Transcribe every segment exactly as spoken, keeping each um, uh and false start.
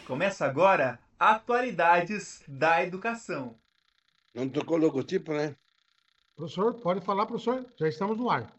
Começa agora Atualidades da Educação. Não tocou logotipo, né? Professor, pode falar, professor. Já estamos no ar.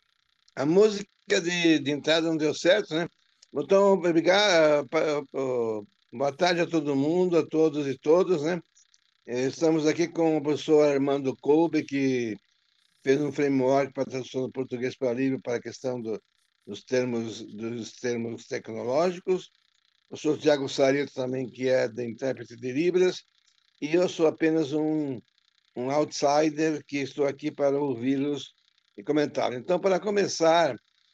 A música de, de entrada não deu certo, né? Então, obrigado. pa- pa- Boa tarde a todo mundo, a todos e todas, né? Eh, Estamos aqui com o professor Armando Kolbe, que fez um framework para tradução do português para livre para a questão do- dos termos, dos termos tecnológicos. O professor Tiago Sarito também, que é da intérprete de Libras. E eu sou apenas um um outsider que estou aqui para ouvi-los e comentar. Então, para começar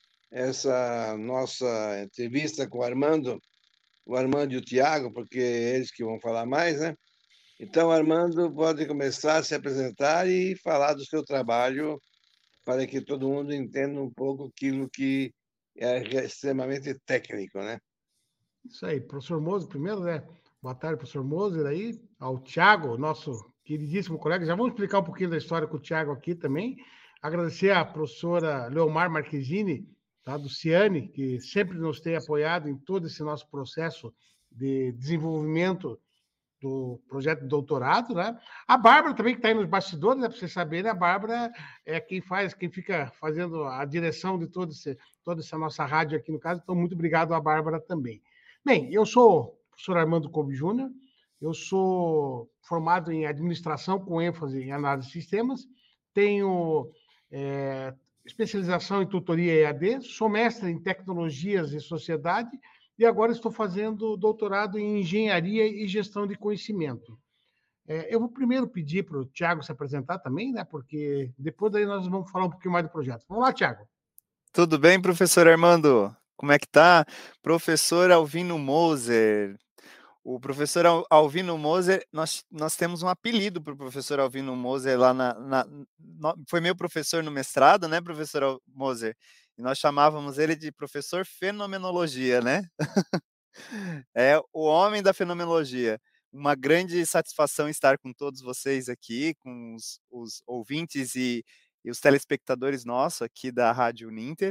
essa nossa entrevista com o Armando, o Armando e o Tiago, porque é eles que vão falar mais, né? Então, Armando, pode começar a se apresentar e falar do seu trabalho para que todo mundo entenda um pouco aquilo que é extremamente técnico, né? Isso aí, professor Moser, primeiro, né? Boa tarde, professor Moser aí, ao Tiago, nosso queridíssimo colega. Já vamos explicar um pouquinho da história com o Tiago aqui também. Agradecer à professora Leomar Marquezine, tá, do Ciane, que sempre nos tem apoiado em todo esse nosso processo de desenvolvimento do projeto de doutorado, né? A Bárbara também, que está aí nos bastidores, né? Para vocês saberem, a Bárbara é quem faz, quem fica fazendo a direção de todo esse, toda essa nossa rádio aqui no caso. Então, muito obrigado à Bárbara também. Bem, eu sou o professor Armando Kobe Júnior, eu sou formado em administração com ênfase em análise de sistemas, tenho é, especialização em tutoria E A D, sou mestre em tecnologias e sociedade e agora estou fazendo doutorado em engenharia e gestão de conhecimento. É, eu vou primeiro pedir para o Tiago se apresentar também, né? Porque depois daí nós vamos falar um pouquinho mais do projeto. Vamos lá, Tiago. Tudo bem, professor Armando? Como é que tá? Professor Alvino Moser. O professor Al- Alvino Moser, nós, nós temos um apelido para o professor Alvino Moser lá na, na- no- foi meu professor no mestrado, né, professor Al- Moser? E nós chamávamos ele de professor Fenomenologia, né? É o homem da fenomenologia. Uma grande satisfação estar com todos vocês aqui, com os, os ouvintes e, e os telespectadores nossos aqui da Rádio Uninter.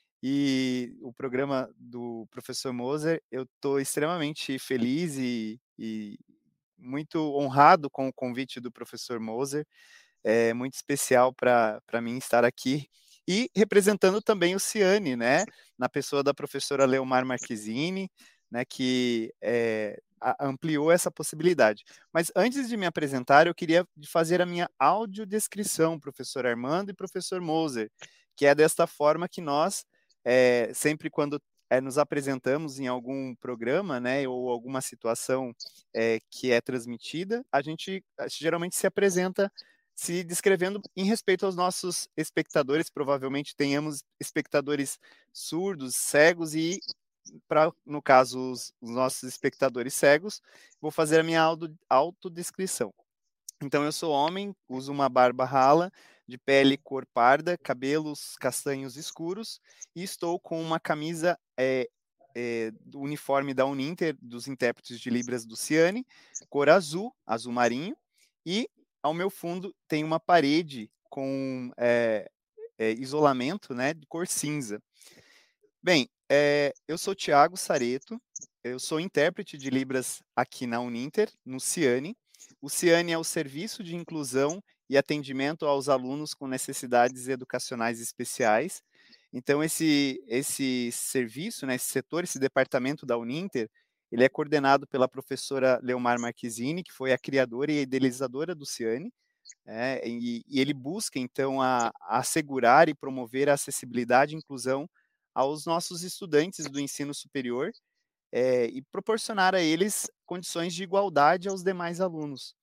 E o programa do professor Moser, eu estou extremamente feliz e, e muito honrado com o convite do professor Moser. É muito especial para mim estar aqui. E representando também o Ciane, né, na pessoa da professora Leomar Marquezine, né, que é, a, ampliou essa possibilidade. Mas antes de me apresentar, eu queria fazer a minha audiodescrição, professor Armando e professor Moser, que é desta forma que nós, é, sempre quando é, nos apresentamos em algum programa, né, ou alguma situação é, que é transmitida, a gente geralmente se apresenta se descrevendo em respeito aos nossos espectadores. Provavelmente tenhamos espectadores surdos, cegos e, pra, no caso, os, os nossos espectadores cegos, vou fazer a minha auto, autodescrição. Então, eu sou homem, uso uma barba rala, de pele cor parda, cabelos castanhos escuros e estou com uma camisa é, é, do uniforme da Uninter, dos intérpretes de Libras do Ciane, cor azul, azul marinho, e ao meu fundo tem uma parede com é, é, isolamento, né, de cor cinza. Bem, é, eu sou Tiago Sareto, eu sou intérprete de Libras aqui na Uninter, no Ciane. O Ciane é o Serviço de Inclusão e Atendimento aos Alunos com Necessidades Educacionais Especiais. Então, esse, esse serviço, né, esse setor, esse departamento da Uninter, ele é coordenado pela professora Leomar Marquezine, que foi a criadora e a idealizadora do Ciane, é, e, e ele busca, então, a, a assegurar e promover a acessibilidade e inclusão aos nossos estudantes do ensino superior é, e proporcionar a eles condições de igualdade aos demais alunos.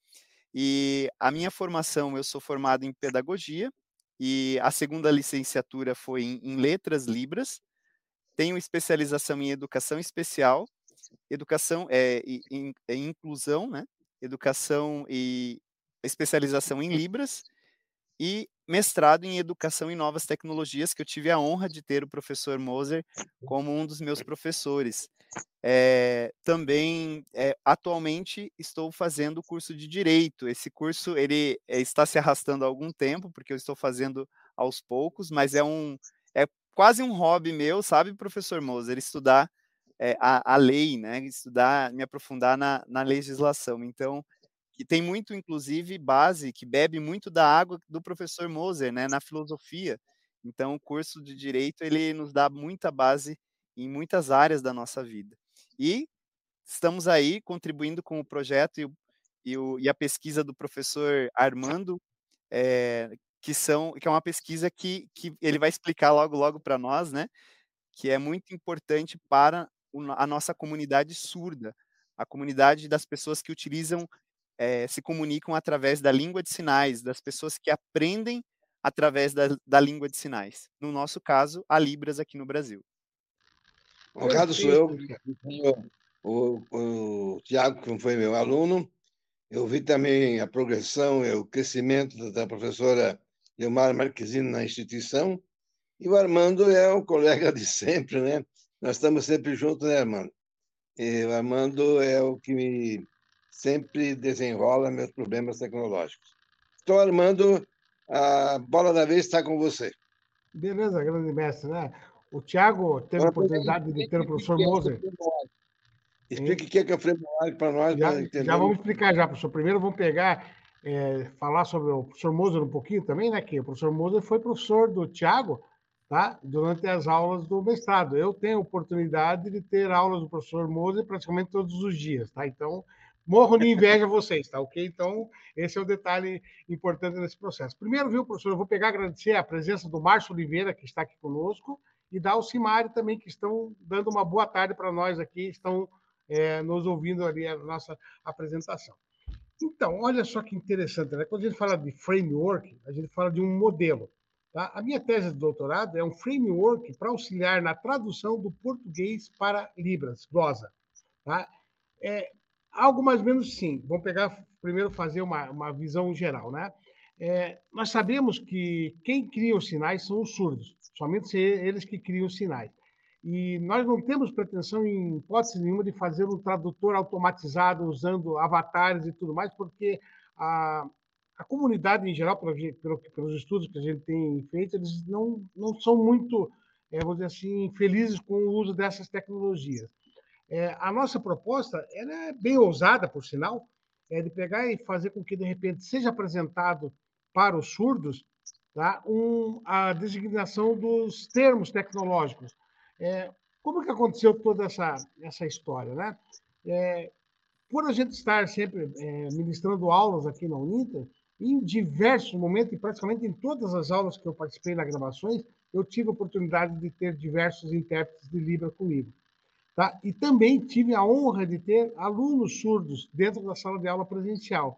E a minha formação, eu sou formado em pedagogia, e a segunda licenciatura foi em, em letras libras, tenho especialização em educação especial, educação é, em, em inclusão, né? Educação e especialização em libras, e mestrado em Educação e Novas Tecnologias, que eu tive a honra de ter o professor Moser como um dos meus professores. É, também, é, atualmente, estou fazendo o curso de Direito. Esse curso ele é, está se arrastando há algum tempo, porque eu estou fazendo aos poucos, mas é um é quase um hobby meu, sabe, professor Moser, estudar é, a, a lei, né? Estudar, me aprofundar na, na legislação. Então, que tem muito, inclusive, base, que bebe muito da água do professor Moser, né? Na filosofia. Então, o curso de Direito, ele nos dá muita base em muitas áreas da nossa vida. E estamos aí contribuindo com o projeto e, o, e, o, e a pesquisa do professor Armando, é, que, são, que é uma pesquisa que, que ele vai explicar logo, logo para nós, né? Que é muito importante para a nossa comunidade surda, a comunidade das pessoas que utilizam, é, se comunicam através da língua de sinais, das pessoas que aprendem através da, da língua de sinais. No nosso caso, a Libras aqui no Brasil. No caso, sou eu, o, o, o Tiago, que foi meu aluno. Eu vi também a progressão e o crescimento da professora Leomar Marquezine na instituição. E o Armando é o colega de sempre, né? Nós estamos sempre juntos, né, Armando? E o Armando é o que me sempre desenrola meus problemas tecnológicos. Então, Armando, a bola da vez está com você. Beleza, grande mestre, né? O Tiago teve a oportunidade de ter o professor Moser. Explique o que é o framework para nós. Já, para entender. já vamos explicar já, professor. Primeiro vamos pegar, é, falar sobre o professor Moser um pouquinho também, né? Que o professor Moser foi professor do Tiago, tá? Durante as aulas do mestrado. Eu tenho a oportunidade de ter aulas do professor Moser praticamente todos os dias, tá? Então, morro de inveja vocês, tá? Ok? Então, esse é o detalhe importante nesse processo. Primeiro, viu, professor, eu vou pegar agradecer a presença do Márcio Oliveira, que está aqui conosco, e da Alcimari também, que estão dando uma boa tarde para nós aqui, estão É, nos ouvindo ali a nossa apresentação. Então, olha só que interessante, né? Quando a gente fala de framework, a gente fala de um modelo. Tá? A minha tese de doutorado é um framework para auxiliar na tradução do português para Libras, glosa. Tá? É algo mais ou menos sim. Vamos pegar, primeiro, fazer uma, uma visão geral. Né? É, nós sabemos que quem cria os sinais são os surdos, somente eles que criam os sinais. E nós não temos pretensão, em hipótese nenhuma, de fazer um tradutor automatizado usando avatares e tudo mais, porque a, a comunidade em geral, pelo, pelo, pelos estudos que a gente tem feito, eles não, não são muito, é, vamos dizer assim, felizes com o uso dessas tecnologias. É, a nossa proposta ela é bem ousada, por sinal, é de pegar e fazer com que, de repente, seja apresentado para os surdos, tá, um, a designação dos termos tecnológicos. É, como que aconteceu toda essa, essa história? Né? É, por a gente estar sempre é, ministrando aulas aqui na Uninter, em diversos momentos, e praticamente em todas as aulas que eu participei nas gravações, eu tive a oportunidade de ter diversos intérpretes de Libra comigo. Tá? E também tive a honra de ter alunos surdos dentro da sala de aula presencial.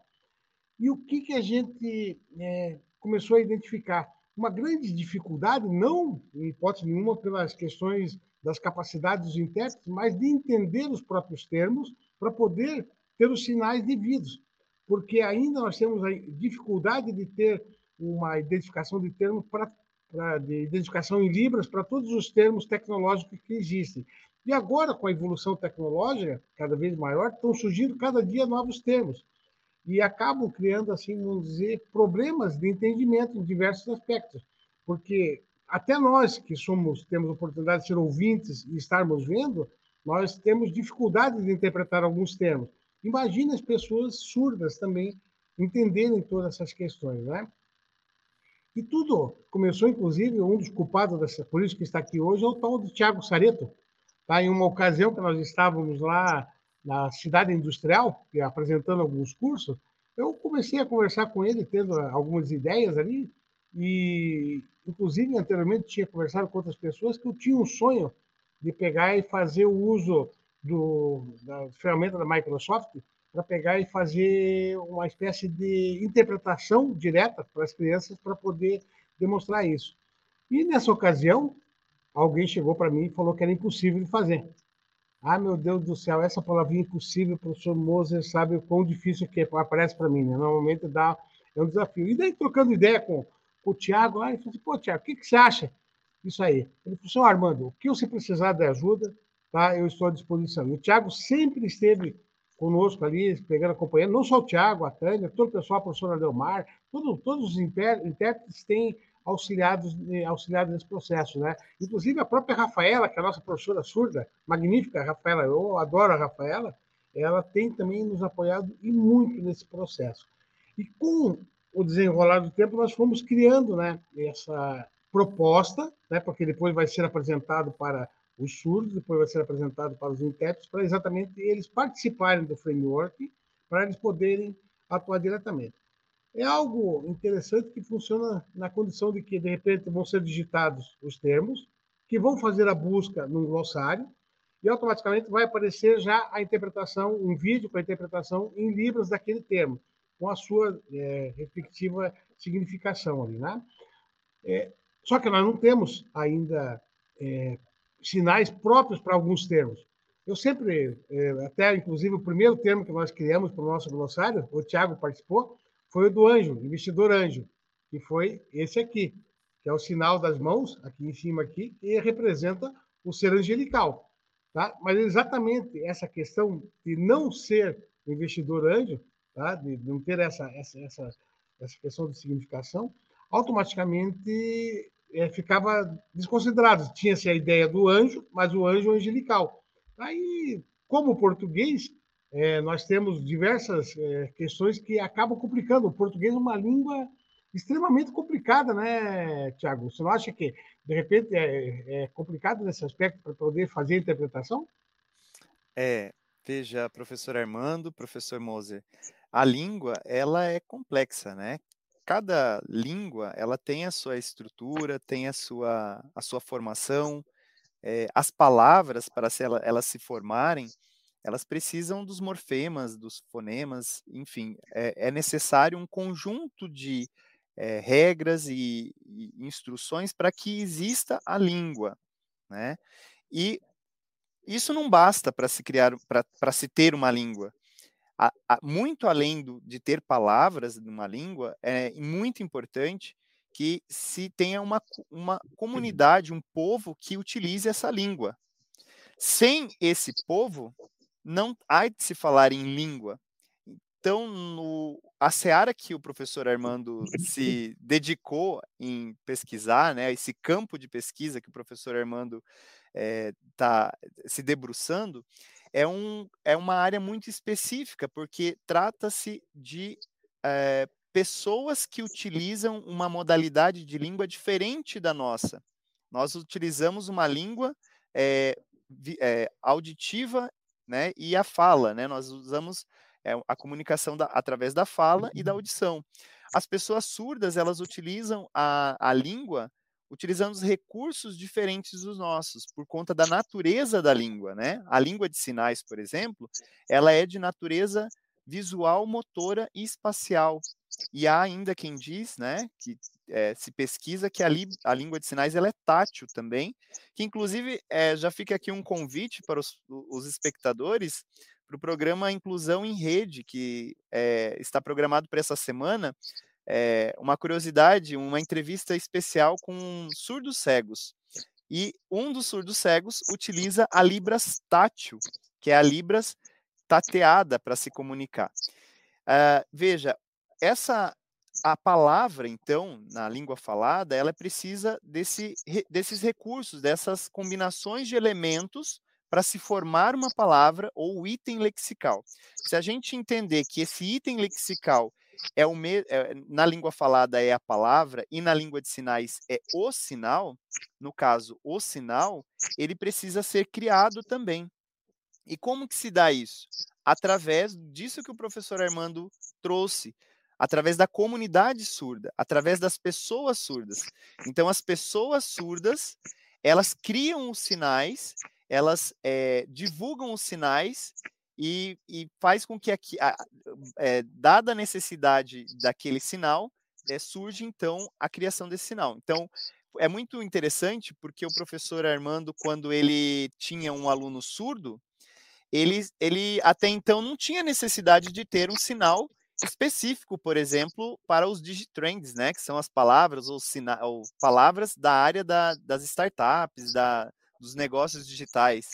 E o que, que a gente é, começou a identificar? Uma grande dificuldade, não, em hipótese nenhuma, pelas questões das capacidades dos intérpretes, mas de entender os próprios termos para poder ter os sinais devidos. Porque ainda nós temos a dificuldade de ter uma identificação de termos para, para de identificação em Libras para todos os termos tecnológicos que existem. E agora, com a evolução tecnológica cada vez maior, estão surgindo cada dia novos termos. E acabam criando, assim, vamos dizer, problemas de entendimento em diversos aspectos. Porque até nós que somos, temos a oportunidade de ser ouvintes e estarmos vendo, nós temos dificuldade de interpretar alguns termos. Imagina as pessoas surdas também entenderem todas essas questões, né? E tudo começou, inclusive, um dos culpados dessa, por isso que está aqui hoje, é o tal do Tiago Sareto. Tá? Em uma ocasião que nós estávamos lá na cidade industrial, apresentando alguns cursos, eu comecei a conversar com ele, tendo algumas ideias ali, e, inclusive, anteriormente tinha conversado com outras pessoas que eu tinha um sonho de pegar e fazer o uso do, da ferramenta da Microsoft para pegar e fazer uma espécie de interpretação direta para as crianças para poder demonstrar isso. E, nessa ocasião, alguém chegou para mim e falou que era impossível de fazer. Ah, meu Deus do céu, essa palavrinha impossível, o professor Moser sabe o quão difícil que aparece para mim, né? Normalmente dá, é um desafio. E daí, trocando ideia com, com o Tiago, lá, ele falou assim, pô, Tiago, o que, que você acha disso aí? Ele falou assim, oh, Armando, o que você precisar de ajuda, tá? Eu estou à disposição. E o Tiago sempre esteve conosco ali, pegando, acompanhando, não só o Tiago, a Tânia, todo o pessoal, a professora Leomar, todo, todos os intérpretes têm auxiliados, auxiliados nesse processo, né? Inclusive, a própria Rafaela, que é a nossa professora surda, magnífica, Rafaela, eu adoro a Rafaela, ela tem também nos apoiado e muito nesse processo. E com o desenrolar do tempo, nós fomos criando, né, essa proposta, né, porque depois vai ser apresentado para os surdos, depois vai ser apresentado para os intérpretes, para exatamente eles participarem do framework, para eles poderem atuar diretamente. É algo interessante que funciona na condição de que, de repente, vão ser digitados os termos, que vão fazer a busca num glossário, e automaticamente vai aparecer já a interpretação, um vídeo com a interpretação em libras daquele termo, com a sua é, respectiva significação ali, né? É, só que nós não temos ainda é, sinais próprios para alguns termos. Eu sempre, é, até inclusive o primeiro termo que nós criamos para o nosso glossário, o Tiago participou, foi o do anjo, investidor anjo, que foi esse aqui, que é o sinal das mãos, aqui em cima, aqui, e representa o ser angelical. Tá? Mas exatamente essa questão de não ser investidor anjo, tá? De não ter essa, essa, essa, essa questão de significação, automaticamente é, ficava desconsiderado. Tinha-se a ideia do anjo, mas o anjo angelical. Aí, como português, é, nós temos diversas é, questões que acabam complicando. O português é uma língua extremamente complicada, né, Tiago? Você não acha que, de repente, é, é complicado nesse aspecto para poder fazer a interpretação? É, veja, professor Armando, professor Moser, a língua, ela é complexa, né? Cada língua, ela tem a sua estrutura, tem a sua, a sua formação, é, as palavras, para se ela, elas se formarem, elas precisam dos morfemas, dos fonemas, enfim, é, é necessário um conjunto de é, regras e, e instruções para que exista a língua, né? E isso não basta para se criar, para se ter uma língua. A, a, muito além do, de ter palavras numa língua, é muito importante que se tenha uma, uma comunidade, um povo que utilize essa língua. Sem esse povo, não há de se falar em língua. Então, no, a seara que o professor Armando se dedicou em pesquisar, né, esse campo de pesquisa que o professor Armando está é, se debruçando, é, um, é uma área muito específica, porque trata-se de é, pessoas que utilizam uma modalidade de língua diferente da nossa. Nós utilizamos uma língua é, é, auditiva, né, e a fala, né, nós usamos é, a comunicação da, através da fala e da audição. As pessoas surdas, elas utilizam a, a língua utilizando os recursos diferentes dos nossos, por conta da natureza da língua, né? A língua de sinais, por exemplo, ela é de natureza visual, motora e espacial. E há ainda quem diz, né, que é, se pesquisa que a, li, a língua de sinais ela é tátil também, que inclusive é, já fica aqui um convite para os, os espectadores para o programa Inclusão em Rede, que é, está programado para essa semana. É, uma curiosidade, uma entrevista especial com surdos cegos. E um dos surdos cegos utiliza a Libras tátil, que é a Libras tateada para se comunicar. Uh, veja, essa a palavra, então, na língua falada, ela precisa desse, desses recursos, dessas combinações de elementos para se formar uma palavra ou item lexical. Se a gente entender que esse item lexical é o me... é, na língua falada é a palavra e na língua de sinais é o sinal, no caso, o sinal, ele precisa ser criado também. E como que se dá isso? Através disso que o professor Armando trouxe, através da comunidade surda, através das pessoas surdas. Então, as pessoas surdas, elas criam os sinais, elas é, divulgam os sinais e, e faz com que, aqui, a, é, dada a necessidade daquele sinal, é, surge, então, a criação desse sinal. Então, é muito interessante porque o professor Armando, quando ele tinha um aluno surdo, ele, ele até então não tinha necessidade de ter um sinal específico, por exemplo, para os digitrends, né, que são as palavras ou, sina ou palavras da área da, das startups, da, dos negócios digitais.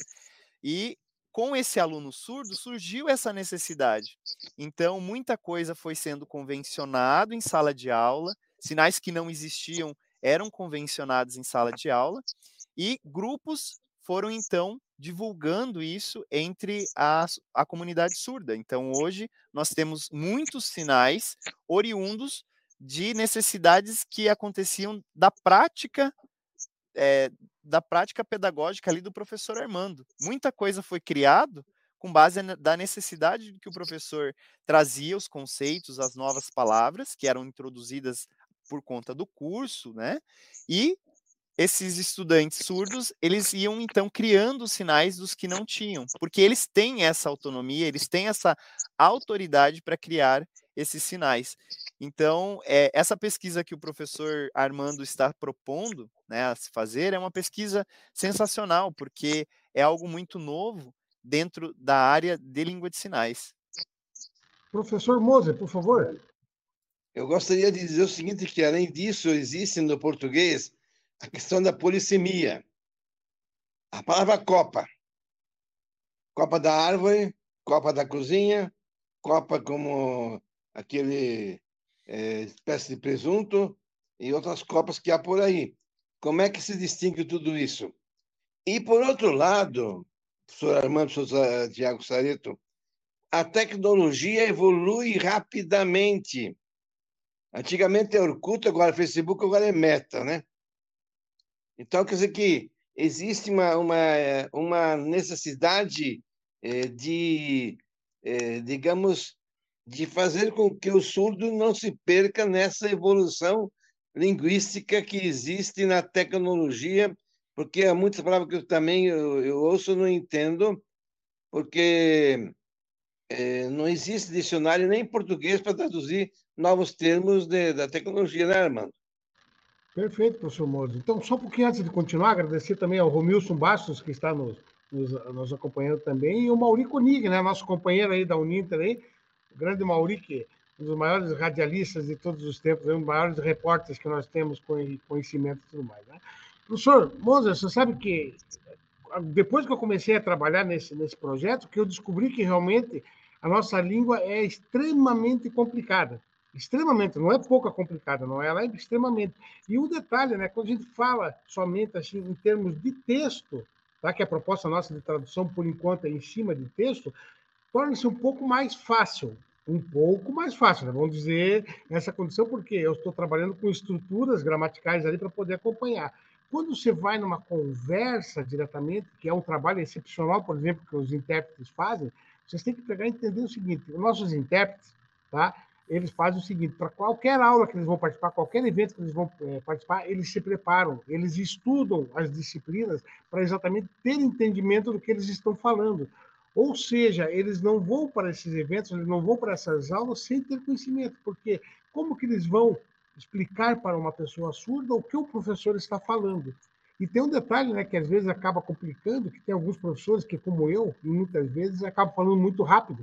E com esse aluno surdo surgiu essa necessidade. Então, muita coisa foi sendo convencionado em sala de aula, sinais que não existiam eram convencionados em sala de aula, e grupos foram, então, divulgando isso entre a, a comunidade surda. Então, hoje, nós temos muitos sinais oriundos de necessidades que aconteciam da prática, é, da prática pedagógica ali do professor Armando. Muita coisa foi criado com base na, da necessidade que o professor trazia os conceitos, as novas palavras que eram introduzidas por conta do curso, né? E esses estudantes surdos, eles iam então criando os sinais dos que não tinham, porque eles têm essa autonomia, eles têm essa autoridade para criar esses sinais. Então, é, essa pesquisa que o professor Armando está propondo, né, a se fazer, é uma pesquisa sensacional, porque é algo muito novo dentro da área de língua de sinais. Professor Moser, por favor. Eu gostaria de dizer o seguinte, que além disso, existe no português a questão da polissemia. A palavra copa. Copa da árvore, copa da cozinha, copa como aquele é, espécie de presunto e outras copas que há por aí. Como é que se distingue tudo isso? E, por outro lado, professor Armando, professor Tiago Sareto, a tecnologia evolui rapidamente. Antigamente é Orkut, agora é Facebook, agora é Meta, né? Então, quer dizer que existe uma, uma, uma necessidade eh, de, eh, digamos, de fazer com que o surdo não se perca nessa evolução linguística que existe na tecnologia, porque há muitas palavras que eu também eu, eu ouço e não entendo, porque eh, não existe dicionário nem em português para traduzir novos termos de, da tecnologia, né, Armando? Perfeito, professor Moser. Então, só um pouquinho antes de continuar, agradecer também ao Romilson Bastos, que está nos, nos, nos acompanhando também, e o Mauri Konig, né, nosso companheiro aí da Uninter, aí, o grande Mauri, que é um dos maiores radialistas de todos os tempos, um dos maiores repórteres que nós temos com conhecimento e tudo mais. Né? Professor Moser, você sabe que depois que eu comecei a trabalhar nesse, nesse projeto, que eu descobri que realmente a nossa língua é extremamente complicada. Extremamente, não é pouca complicada, não é? Ela é extremamente. E o um detalhe, né? Quando a gente fala somente assim, em termos de texto, tá? Que a proposta nossa de tradução, por enquanto, é em cima de texto, torna-se um pouco mais fácil. Um pouco mais fácil, né? Vamos dizer nessa condição, porque eu estou trabalhando com estruturas gramaticais ali para poder acompanhar. Quando você vai numa conversa diretamente, que é um trabalho excepcional, por exemplo, que os intérpretes fazem, vocês têm que pegar e entender o seguinte: os nossos intérpretes, tá? Eles fazem o seguinte: para qualquer aula que eles vão participar, qualquer evento que eles vão é, participar, eles se preparam, eles estudam as disciplinas para exatamente ter entendimento do que eles estão falando. Ou seja, eles não vão para esses eventos, eles não vão para essas aulas sem ter conhecimento, porque como que eles vão explicar para uma pessoa surda o que o professor está falando? E tem um detalhe, né, que às vezes acaba complicando, que tem alguns professores que, como eu, e muitas vezes acabam falando muito rápido,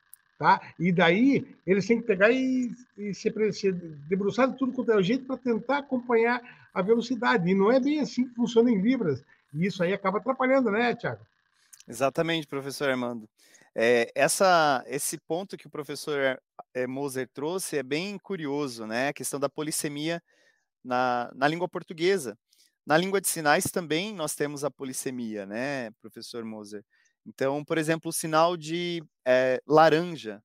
tá? E daí eles têm que pegar e, e se, se debruçar de tudo quanto é o jeito para tentar acompanhar a velocidade. E não é bem assim que funciona em Libras. E isso aí acaba atrapalhando, né, Thiago? Exatamente, professor Armando. É, essa, esse ponto que o professor é, Moser trouxe é bem curioso, né? A questão da polissemia na, na língua portuguesa. Na língua de sinais também nós temos a polissemia, né, professor Moser? Então, por exemplo, o sinal de é, laranja.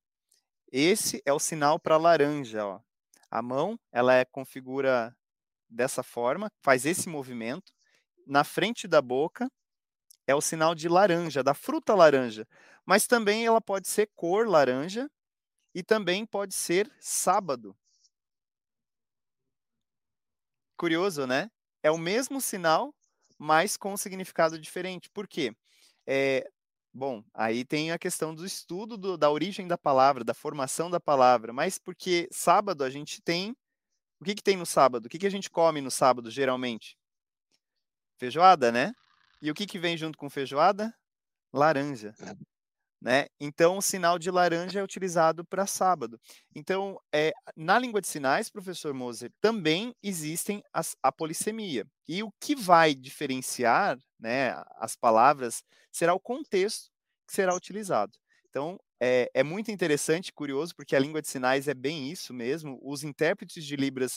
Esse é o sinal para laranja, ó. A mão, ela é, configura dessa forma, faz esse movimento. Na frente da boca, é o sinal de laranja, da fruta laranja. Mas também ela pode ser cor laranja e também pode ser sábado. Curioso, né? É o mesmo sinal, mas com um significado diferente. Por quê? É, bom, aí tem a questão do estudo do, da origem da palavra, da formação da palavra. Mas porque sábado a gente tem... O que, que tem no sábado? O que, que a gente come no sábado, geralmente? Feijoada, né? E o que, que vem junto com feijoada? Laranja. Né? Então, o sinal de laranja é utilizado para sábado. Então, é, na língua de sinais, professor Moser, também existem as, a polissemia. E o que vai diferenciar, né, as palavras será o contexto que será utilizado. Então, é, é muito interessante, curioso, porque a língua de sinais é bem isso mesmo. Os intérpretes de Libras,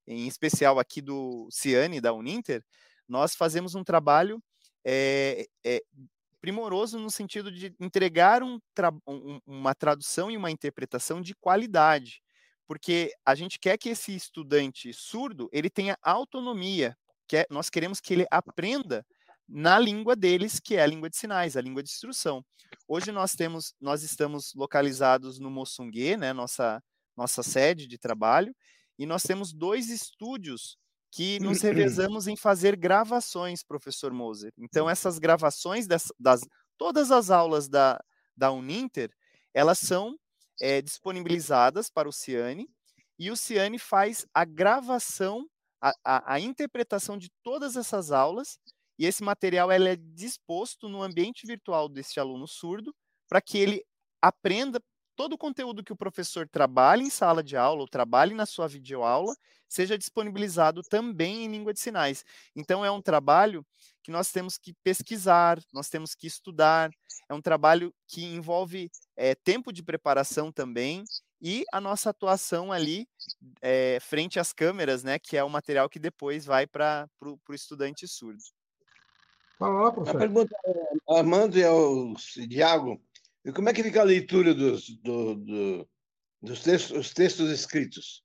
em especial aqui do Ciane, da Uninter, nós fazemos um trabalho é, é, primoroso no sentido de entregar um tra um, uma tradução e uma interpretação de qualidade, porque a gente quer que esse estudante surdo ele tenha autonomia, que é, nós queremos que ele aprenda na língua deles, que é a língua de sinais, a língua de instrução. Hoje nós temos, nós estamos localizados no Moçungue, né, nossa, nossa sede de trabalho, e nós temos dois estúdios que nos revezamos em fazer gravações, professor Moser. Então, essas gravações das, das todas as aulas da, da Uninter, elas são é, disponibilizadas para o Ciane, e o Ciane faz a gravação, a, a, a interpretação de todas essas aulas, e esse material ela é disposto no ambiente virtual deste aluno surdo, para que ele aprenda todo o conteúdo que o professor trabalha em sala de aula ou trabalhe na sua videoaula, seja disponibilizado também em língua de sinais. Então, é um trabalho que nós temos que pesquisar, nós temos que estudar, é um trabalho que envolve é, tempo de preparação também, e a nossa atuação ali é, frente às câmeras, né, que é o material que depois vai para o estudante surdo. Fala lá, A professor. pergunta ao Armando e ao Diago, e como é que fica a leitura dos, do, do, dos textos, os textos escritos?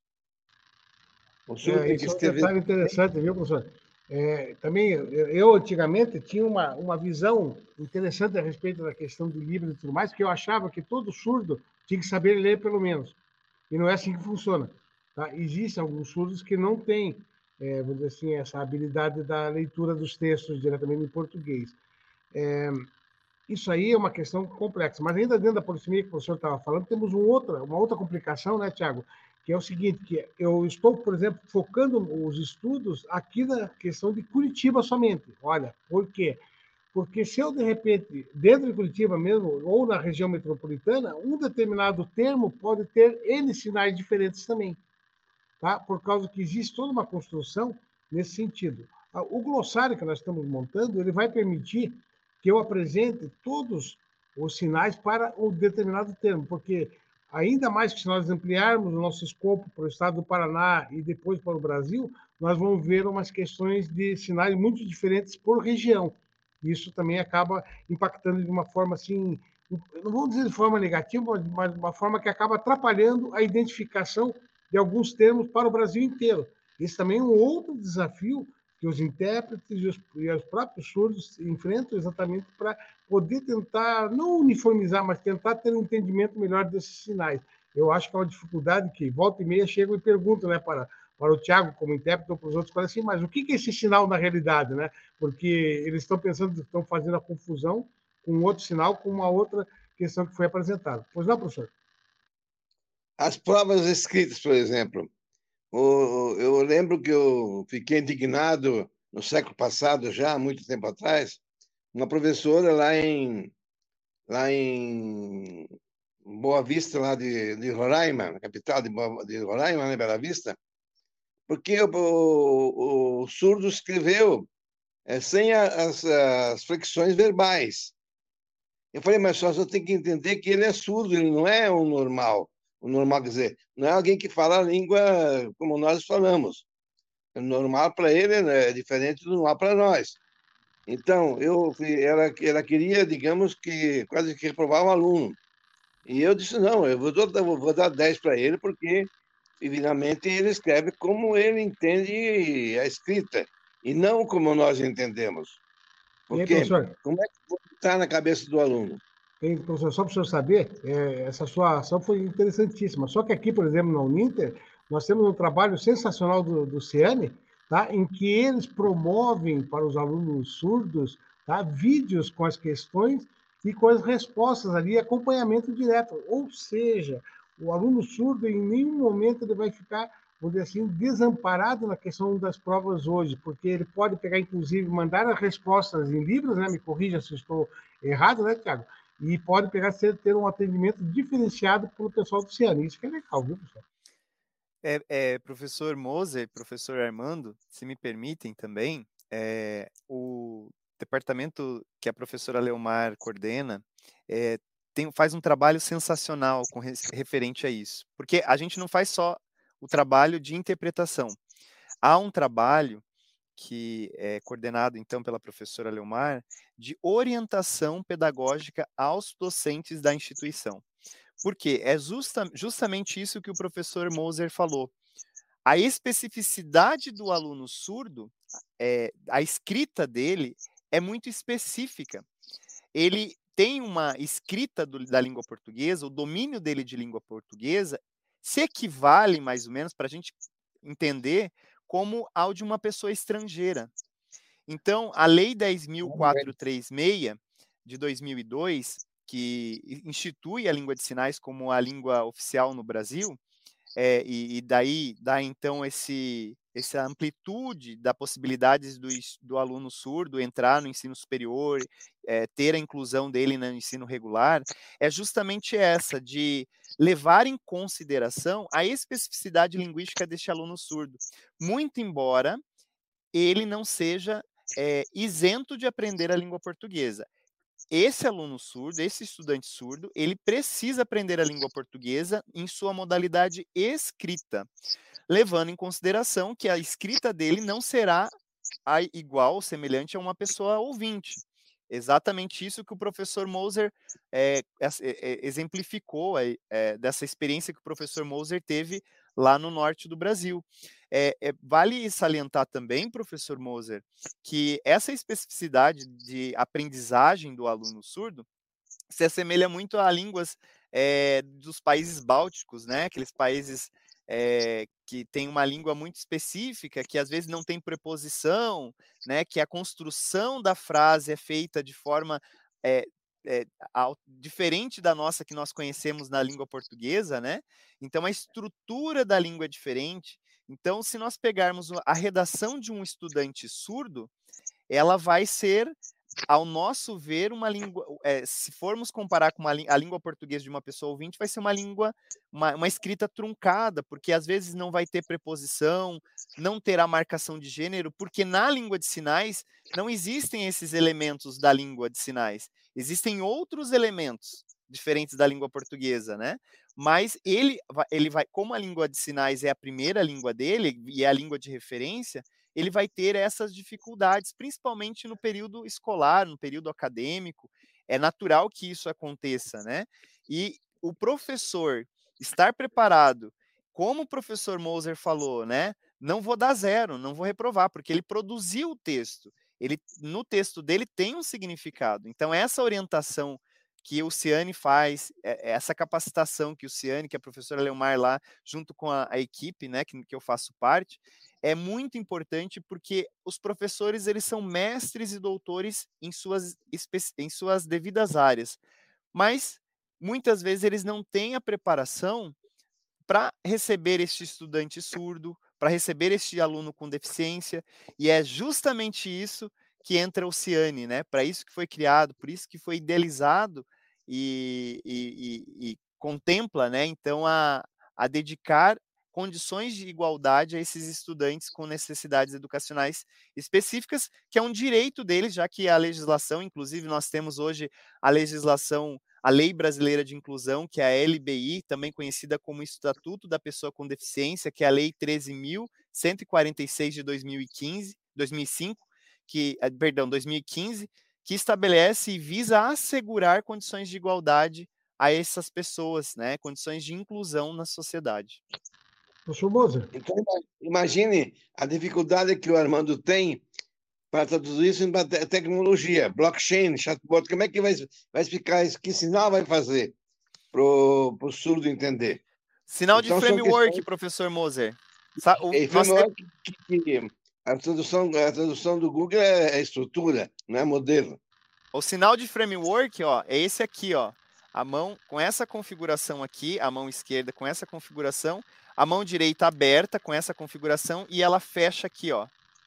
O surdo É, tem que isso é um escrever. detalhe interessante, viu, professor? É, também, eu, eu antigamente tinha uma, uma visão interessante a respeito da questão de livros e tudo mais, que eu achava que todo surdo tinha que saber ler pelo menos. E não é assim que funciona. Tá? Existem alguns surdos que não têm, é, vamos dizer assim, essa habilidade da leitura dos textos diretamente em português. É, isso aí é uma questão complexa, mas ainda dentro da polissemia que o professor estava falando, temos um outra, uma outra complicação, né, Tiago? Que é o seguinte, que eu estou, por exemplo, focando os estudos aqui na questão de Curitiba somente. Olha, por quê? Porque se eu, de repente, dentro de Curitiba mesmo, ou na região metropolitana, um determinado termo pode ter N sinais diferentes também, tá? Por causa que existe toda uma construção nesse sentido. O glossário que nós estamos montando, ele vai permitir que eu apresente todos os sinais para um determinado termo, porque ainda mais que se nós ampliarmos o nosso escopo para o estado do Paraná e depois para o Brasil, nós vamos ver umas questões de sinais muito diferentes por região. Isso também acaba impactando de uma forma assim, não vou dizer de forma negativa, mas de uma forma que acaba atrapalhando a identificação de alguns termos para o Brasil inteiro. Esse também é um outro desafio que os intérpretes e os, e os próprios surdos enfrentam exatamente para poder tentar, não uniformizar, mas tentar ter um entendimento melhor desses sinais. Eu acho que é uma dificuldade que, volta e meia, chegam e perguntam, né, para, para o Tiago, como intérprete, ou para os outros, assim, mas o que é esse sinal na realidade, né? Porque eles estão pensando, estão fazendo a confusão com outro sinal, com uma outra questão que foi apresentada. Pois não, professor? As provas escritas, por exemplo. Eu lembro que eu fiquei indignado no século passado, já há muito tempo atrás, uma professora lá em, lá em Boa Vista, lá de, de Roraima, capital de, Boa, de Roraima, né, Bela Vista, porque o, o, o surdo escreveu é, sem as, as flexões verbais. Eu falei, mas só você tem que entender que ele é surdo, ele não é um normal. O normal, quer dizer, não é alguém que fala a língua como nós falamos. O normal para ele é diferente do normal para nós. Então, eu, ela, ela queria, digamos, que quase que reprovar o aluno. E eu disse, não, eu vou, vou dar dez para ele, porque, evidentemente, ele escreve como ele entende a escrita, e não como nós entendemos. Porque, e aí, professor? Como é que está na cabeça do aluno? Tem, professor, só para o senhor saber, é, essa sua ação foi interessantíssima. Só que aqui, por exemplo, na Uninter, nós temos um trabalho sensacional do, do Ciane, tá? Em que eles promovem para os alunos surdos, tá? Vídeos com as questões e com as respostas ali, acompanhamento direto. Ou seja, o aluno surdo, em nenhum momento, ele vai ficar, vamos dizer assim, desamparado na questão das provas hoje, porque ele pode pegar, inclusive, mandar as respostas em livros, né? Me corrija se estou errado, né, Tiago? E pode pegar ter um atendimento diferenciado pelo pessoal do Ciane. Isso que é legal, viu, pessoal? É, é, professor Moser, professor Armando, se me permitem também, é, o departamento que a professora Leomar coordena é, tem, faz um trabalho sensacional com res, referente a isso. Porque a gente não faz só o trabalho de interpretação. há um trabalho que é coordenado, então, pela professora Leomar, de orientação pedagógica aos docentes da instituição. Por quê? É justa, justamente isso que o professor Moser falou. A especificidade do aluno surdo, é, a escrita dele é muito específica. Ele tem uma escrita do, da língua portuguesa, o domínio dele de língua portuguesa se equivale, mais ou menos, para a gente entender, como ao de uma pessoa estrangeira. Então, a Lei dez mil quatrocentos e trinta e seis, de dois mil e dois, que institui a língua de sinais como a língua oficial no Brasil, é, e, e daí dá, então, esse, essa amplitude da possibilidade do, do aluno surdo entrar no ensino superior, é, ter a inclusão dele no ensino regular, é justamente essa, de levar em consideração a especificidade linguística deste aluno surdo, muito embora ele não seja é, isento de aprender a língua portuguesa. Esse aluno surdo, esse estudante surdo, ele precisa aprender a língua portuguesa em sua modalidade escrita, levando em consideração que a escrita dele não será igual ou semelhante a uma pessoa ouvinte. Exatamente isso que o professor Moser é, é, exemplificou é, dessa experiência que o professor Moser teve lá no norte do Brasil. É, é, vale salientar também, professor Moser, que essa especificidade de aprendizagem do aluno surdo se assemelha muito a línguas é, dos países bálticos, né? Aqueles países é, que têm uma língua muito específica, que às vezes não tem preposição, né? Que a construção da frase é feita de forma é, é, ao, diferente da nossa que nós conhecemos na língua portuguesa, né? Então a estrutura da língua é diferente. Então, se nós pegarmos a redação de um estudante surdo, ela vai ser, ao nosso ver, uma língua, é, se formos comparar com uma, a língua portuguesa de uma pessoa ouvinte, vai ser uma língua, uma, uma escrita truncada, porque às vezes não vai ter preposição, não terá marcação de gênero, porque na língua de sinais não existem esses elementos da língua de sinais, existem outros elementos diferentes da língua portuguesa, né? Mas ele, ele vai, como a língua de sinais é a primeira língua dele e é a língua de referência, ele vai ter essas dificuldades, principalmente no período escolar, no período acadêmico. É natural que isso aconteça, né? E o professor estar preparado, como o professor Moser falou, né? Não vou dar zero, não vou reprovar, porque ele produziu o texto. Ele, no texto dele tem um significado. Então, essa orientação que o Ciane faz, essa capacitação que o Ciane, que a professora Leomar lá, junto com a, a equipe, né, que, que eu faço parte, é muito importante porque os professores, eles são mestres e doutores em suas, em suas devidas áreas, mas muitas vezes eles não têm a preparação para receber este estudante surdo, para receber este aluno com deficiência, e é justamente isso que entra o Ciane, né? Para isso que foi criado, por isso que foi idealizado e, e, e, e contempla, né? Então, a, a dedicar condições de igualdade a esses estudantes com necessidades educacionais específicas, que é um direito deles, já que a legislação, inclusive nós temos hoje a legislação, a Lei Brasileira de Inclusão, que é a L B I, também conhecida como Estatuto da Pessoa com Deficiência, que é a Lei treze mil cento e quarenta e seis de dois mil e quinze, dois mil e cinco, que, perdão, dois mil e quinze, que estabelece e visa assegurar condições de igualdade a essas pessoas, né, condições de inclusão na sociedade. Professor Moser. Então, imagine a dificuldade que o Armando tem para traduzir isso em tecnologia, blockchain, chatbot. Como é que vai, vai explicar isso? Que sinal vai fazer para o surdo entender? Sinal então, de framework, questões... professor Moser. O, e framework que, que a, tradução, a tradução do Google é, é estrutura, não é modelo. O sinal de framework, ó, é esse aqui, ó. A mão com essa configuração aqui, a mão esquerda com essa configuração, a mão direita aberta com essa configuração e ela fecha aqui, ó.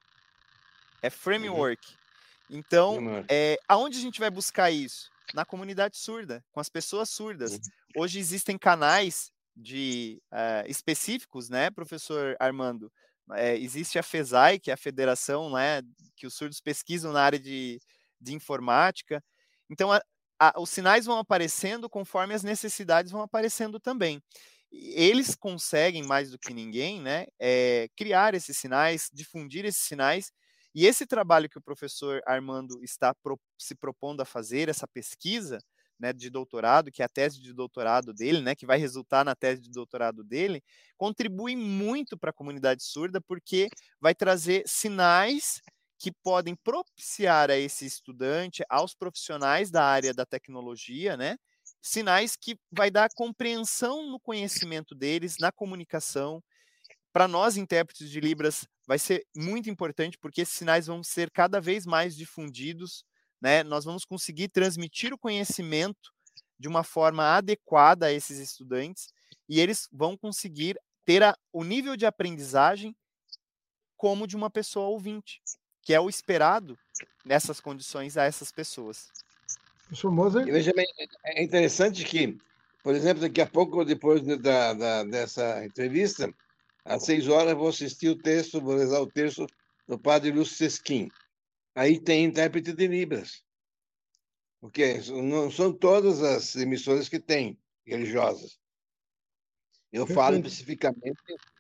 É framework. Uhum. Então, framework. É, aonde a gente vai buscar isso? Na comunidade surda, com as pessoas surdas. Uhum. Hoje existem canais de uh, específicos, né, professor Armando? É, existe a FESAI, que é a federação, né, que os surdos pesquisam na área de, de informática. Então, a, a, os sinais vão aparecendo conforme as necessidades vão aparecendo também. eles conseguem, mais do que ninguém, né, é, criar esses sinais, difundir esses sinais, e esse trabalho que o professor Armando está pro, se propondo a fazer, essa pesquisa, né, de doutorado, que é a tese de doutorado dele, né, que vai resultar na tese de doutorado dele, contribui muito para a comunidade surda, porque vai trazer sinais que podem propiciar a esse estudante, aos profissionais da área da tecnologia, né, sinais que vai dar compreensão no conhecimento deles, na comunicação. Para nós, intérpretes de Libras, vai ser muito importante, porque esses sinais vão ser cada vez mais difundidos, né? Nós vamos conseguir transmitir o conhecimento de uma forma adequada a esses estudantes, e eles vão conseguir ter a, o nível de aprendizagem como de uma pessoa ouvinte, que é o esperado nessas condições a essas pessoas. Professor Moser? E veja bem, é interessante que, por exemplo, daqui a pouco, depois da, da, dessa entrevista, às seis horas, vou assistir o texto, vou rezar o texto do padre Lúcio Sesquim. Aí tem intérprete de Libras. Porque não são todas as emissoras que têm religiosas. Eu Perfeito. falo especificamente,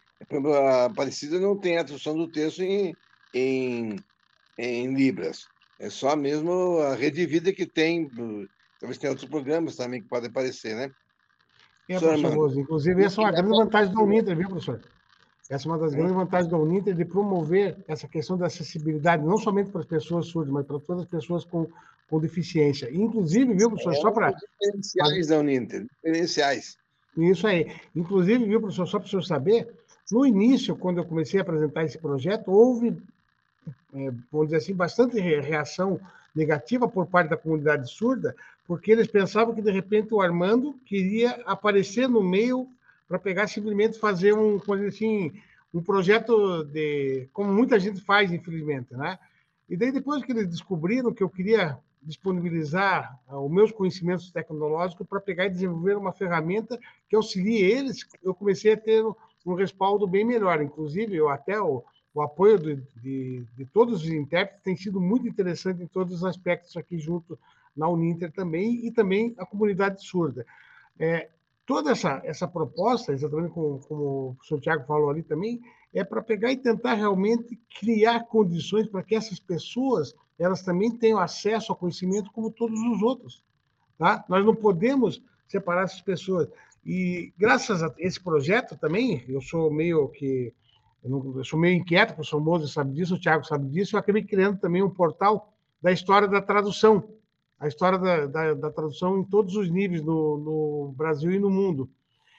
a Aparecida não tem a tradução do texto em, em, em Libras. É só mesmo a Rede Vida que tem, talvez tenha outros programas também que podem aparecer, né? É, professor Moser. Inclusive, essa é uma grande vantagem da Uninter, viu, professor? Essa é uma das grandes vantagens da Uninter, de promover essa questão da acessibilidade, não somente para as pessoas surdas, mas para todas as pessoas com, com deficiência. Inclusive, viu, professor, É só um para... dos diferenciais da Uninter, diferenciais. Isso aí. Inclusive, viu, professor, só para o senhor saber, no início, quando eu comecei a apresentar esse projeto, houve, é, vamos dizer assim, bastante reação negativa por parte da comunidade surda, porque eles pensavam que, de repente, o Armando queria aparecer no meio para pegar simplesmente fazer um, assim, um projeto de, como muita gente faz, infelizmente, né? E daí, depois que eles descobriram que eu queria disponibilizar uh, os meus conhecimentos tecnológicos para pegar e desenvolver uma ferramenta que auxilie eles, eu comecei a ter um respaldo bem melhor. Inclusive, eu até o, o apoio de, de, de todos os intérpretes tem sido muito interessante em todos os aspectos aqui junto na Uninter também, e também a comunidade surda. É, toda essa, essa proposta, exatamente como, como o professor Tiago falou ali também, é para pegar e tentar realmente criar condições para que essas pessoas elas também tenham acesso ao conhecimento como todos os outros. Tá? Nós não podemos separar essas pessoas. E graças a esse projeto também, eu sou meio que eu, não, eu sou meio inquieto, o professor Moser sabe disso, o Tiago sabe disso, eu acabei criando também um portal da história da tradução, a história da, da, da tradução em todos os níveis no, no Brasil e no mundo.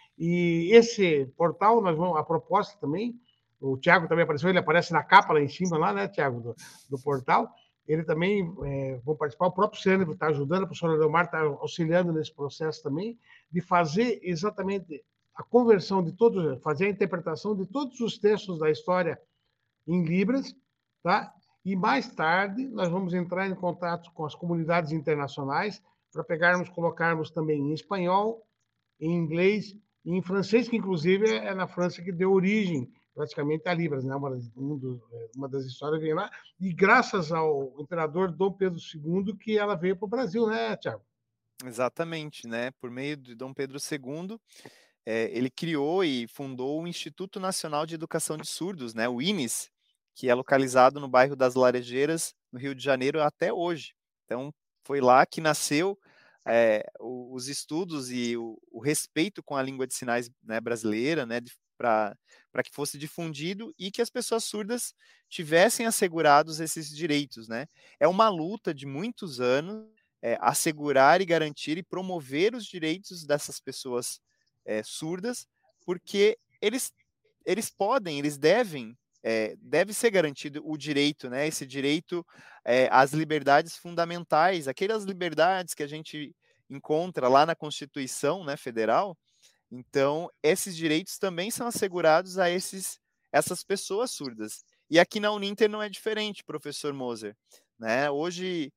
E esse portal, nós vamos, a proposta também, o Tiago também apareceu, ele aparece na capa lá em cima, lá, né, Tiago, do, do portal. Ele também é, vão participar, o próprio Cênibro está ajudando, a professora Leomar está auxiliando nesse processo também, de fazer exatamente a conversão de todos, fazer a interpretação de todos os textos da história em Libras, tá? E mais tarde nós vamos entrar em contato com as comunidades internacionais para pegarmos, colocarmos também em espanhol, em inglês e em francês, que inclusive é na França que deu origem praticamente a Libras, né? Uma das, uma das histórias vem lá, e graças ao imperador Dom Pedro segundo que ela veio para o Brasil, né, Tiago? Exatamente, né? Por meio de Dom Pedro segundo, é, ele criou e fundou o Instituto Nacional de Educação de Surdos, né? O INES, que é localizado no bairro das Laranjeiras, no Rio de Janeiro, até hoje. Então, foi lá que nasceu é, os estudos e o, o respeito com a língua de sinais, né, brasileira, né, para que fosse difundido e que as pessoas surdas tivessem assegurados esses direitos, né? É uma luta de muitos anos, é, assegurar e garantir e promover os direitos dessas pessoas é, surdas, porque eles, eles podem, eles devem, é, deve ser garantido o direito, né? Esse direito é, às liberdades fundamentais, aquelas liberdades que a gente encontra lá na Constituição, né, Federal. Então, esses direitos também são assegurados a esses, essas pessoas surdas. E aqui na Uninter não é diferente, professor Moser, né? Hoje,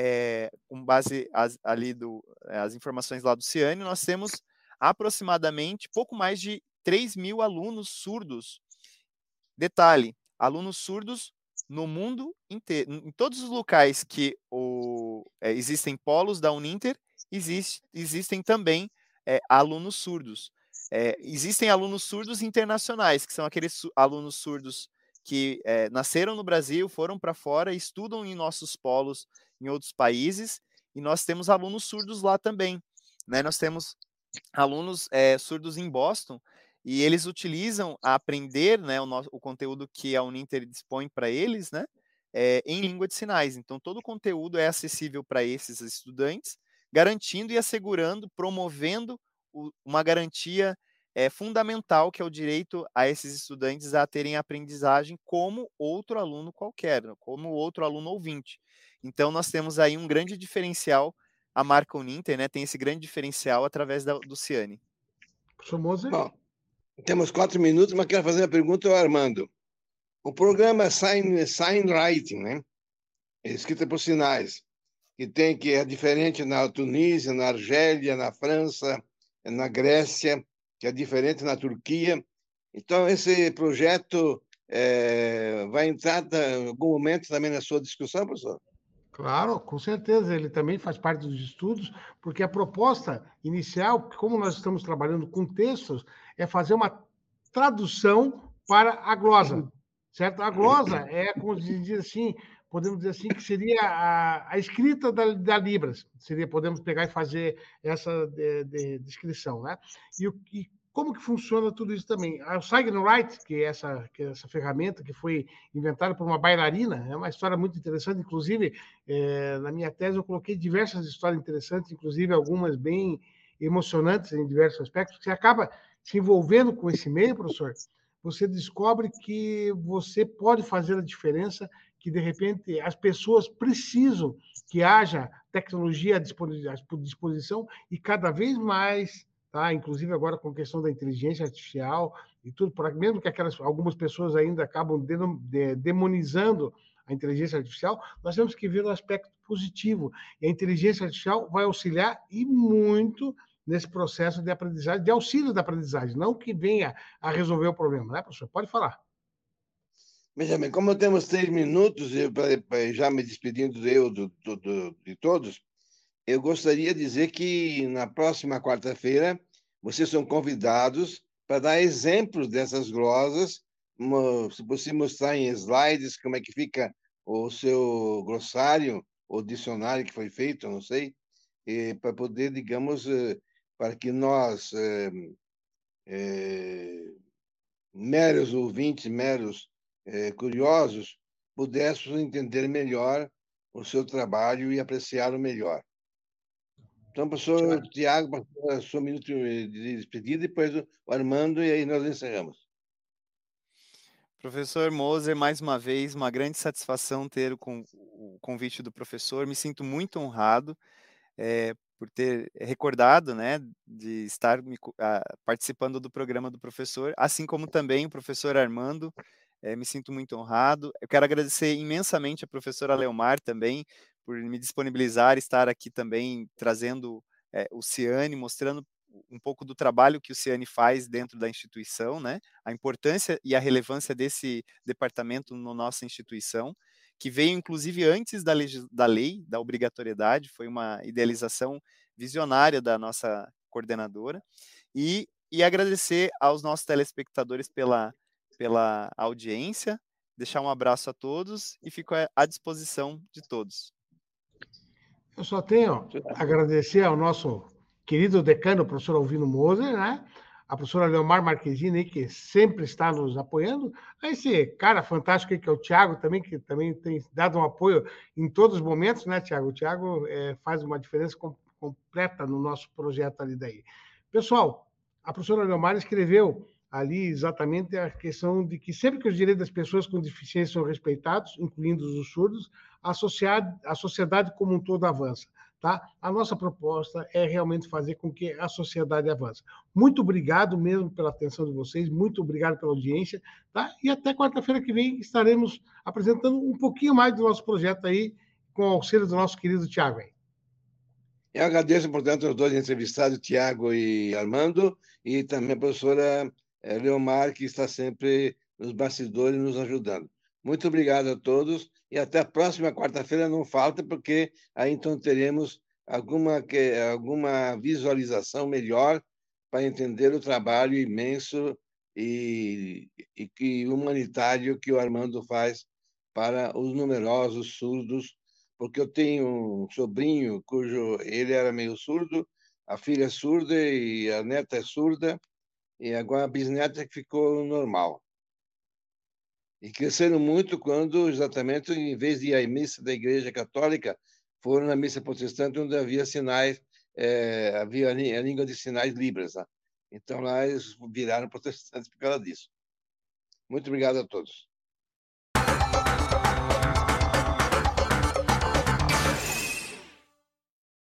é, com base as, ali do, as informações lá do Ciane, nós temos aproximadamente pouco mais de três mil alunos surdos. Detalhe, alunos surdos no mundo inteiro. Em todos os locais que o, é, existem polos da Uninter, existe, existem também é, alunos surdos. É, existem alunos surdos internacionais, que são aqueles su alunos surdos que é, nasceram no Brasil, foram para fora, estudam em nossos polos em outros países, e nós temos alunos surdos lá também, né? Nós temos alunos é, surdos em Boston, e eles utilizam a aprender, né, o, nosso, o conteúdo que a Uninter dispõe para eles, né, é, em língua de sinais. Então, todo o conteúdo é acessível para esses estudantes, garantindo e assegurando, promovendo o, uma garantia é, fundamental, que é o direito a esses estudantes a terem aprendizagem como outro aluno qualquer, como outro aluno ouvinte. Então, nós temos aí um grande diferencial. A marca Uninter, né, tem esse grande diferencial através da, do Ciane. Professor Moser? Bom, temos quatro minutos, mas quero fazer uma pergunta ao Armando. O programa Sign, Sign Writing, né? Escrita por sinais, que tem que é diferente na Tunísia, na Argélia, na França, na Grécia, que é diferente na Turquia. Então, esse projeto é, vai entrar em algum momento também na sua discussão, professor? Claro, com certeza, ele também faz parte dos estudos, porque a proposta inicial, como nós estamos trabalhando com textos, é fazer uma tradução para a glosa, certo? A glosa é, como se diz assim, podemos dizer assim, que seria a, a escrita da, da Libras, seria, podemos pegar e fazer essa de, de, descrição, né? E, e como que funciona tudo isso também? O Sign Write, que é essa, que é essa ferramenta que foi inventada por uma bailarina, é uma história muito interessante, inclusive, é, na minha tese eu coloquei diversas histórias interessantes, inclusive algumas bem emocionantes em diversos aspectos. Você acaba se envolvendo com esse meio, professor, você descobre que você pode fazer a diferença, que, de repente, as pessoas precisam que haja tecnologia à disposição e cada vez mais, tá? Inclusive agora com a questão da inteligência artificial e tudo, mesmo que aquelas, algumas pessoas ainda acabam demonizando a inteligência artificial, nós temos que ver o aspecto positivo. E a inteligência artificial vai auxiliar e muito nesse processo de aprendizagem, de auxílio da aprendizagem, não que venha a resolver o problema, né, professor? Pode falar. Veja bem, como temos três minutos, eu, já me despedindo eu do, do, do, de todos, eu gostaria de dizer que na próxima quarta-feira vocês são convidados para dar exemplos dessas glosas, se você mostrar em slides como é que fica o seu glossário ou dicionário que foi feito, não sei, para poder, digamos, para que nós, é, é, meros ouvintes, meros é, curiosos, pudéssemos entender melhor o seu trabalho e apreciá-lo melhor. Então, professor Tiago, o seu minuto de despedida, depois o Armando, e aí nós encerramos. Professor Moser, mais uma vez, uma grande satisfação ter o, o convite do professor. Me sinto muito honrado é, por ter recordado, né, de estar me, a, participando do programa do professor, assim como também o professor Armando. É, me sinto muito honrado. Eu quero agradecer imensamente a professora Leomar também por me disponibilizar, estar aqui também trazendo é, o Ciane, mostrando um pouco do trabalho que o Ciane faz dentro da instituição, né? A importância e a relevância desse departamento na nossa instituição, que veio inclusive antes da, da lei, da obrigatoriedade, foi uma idealização visionária da nossa coordenadora, e, e agradecer aos nossos telespectadores pela, pela audiência, deixar um abraço a todos e fico à disposição de todos. Eu só tenho a agradecer ao nosso querido decano, o professor Alvino Moser, né? A professora Leomar Marquezine, que sempre está nos apoiando. A esse cara fantástico aí, que é o Tiago, também, que também tem dado um apoio em todos os momentos, né, Tiago? O Tiago é, faz uma diferença com, completa no nosso projeto ali daí. Pessoal, a professora Leomar escreveu ali exatamente a questão de que sempre que os direitos das pessoas com deficiência são respeitados, incluindo os surdos, a sociedade, a sociedade como um todo avança. Tá? A nossa proposta é realmente fazer com que a sociedade avance. Muito obrigado mesmo pela atenção de vocês, muito obrigado pela audiência, tá? E até quarta-feira que vem estaremos apresentando um pouquinho mais do nosso projeto aí, com o auxílio do nosso querido Tiago aí. Eu agradeço, portanto, aos dois entrevistados, Tiago e Armando, e também a professora Leomar, que está sempre nos bastidores nos ajudando. Muito obrigado a todos e até a próxima quarta-feira, não falta, porque aí então teremos alguma, alguma visualização melhor para entender o trabalho imenso e, e que humanitário que o Armando faz para os numerosos surdos, porque eu tenho um sobrinho cujo ele era meio surdo, a filha é surda e a neta é surda, e agora a bisneta que ficou normal. E cresceram muito quando, exatamente, em vez de ir à missa da Igreja Católica, foram na missa protestante, onde havia sinais, é, havia a língua de sinais Libras. Né? Então, lá eles viraram protestantes por causa disso. Muito obrigado a todos.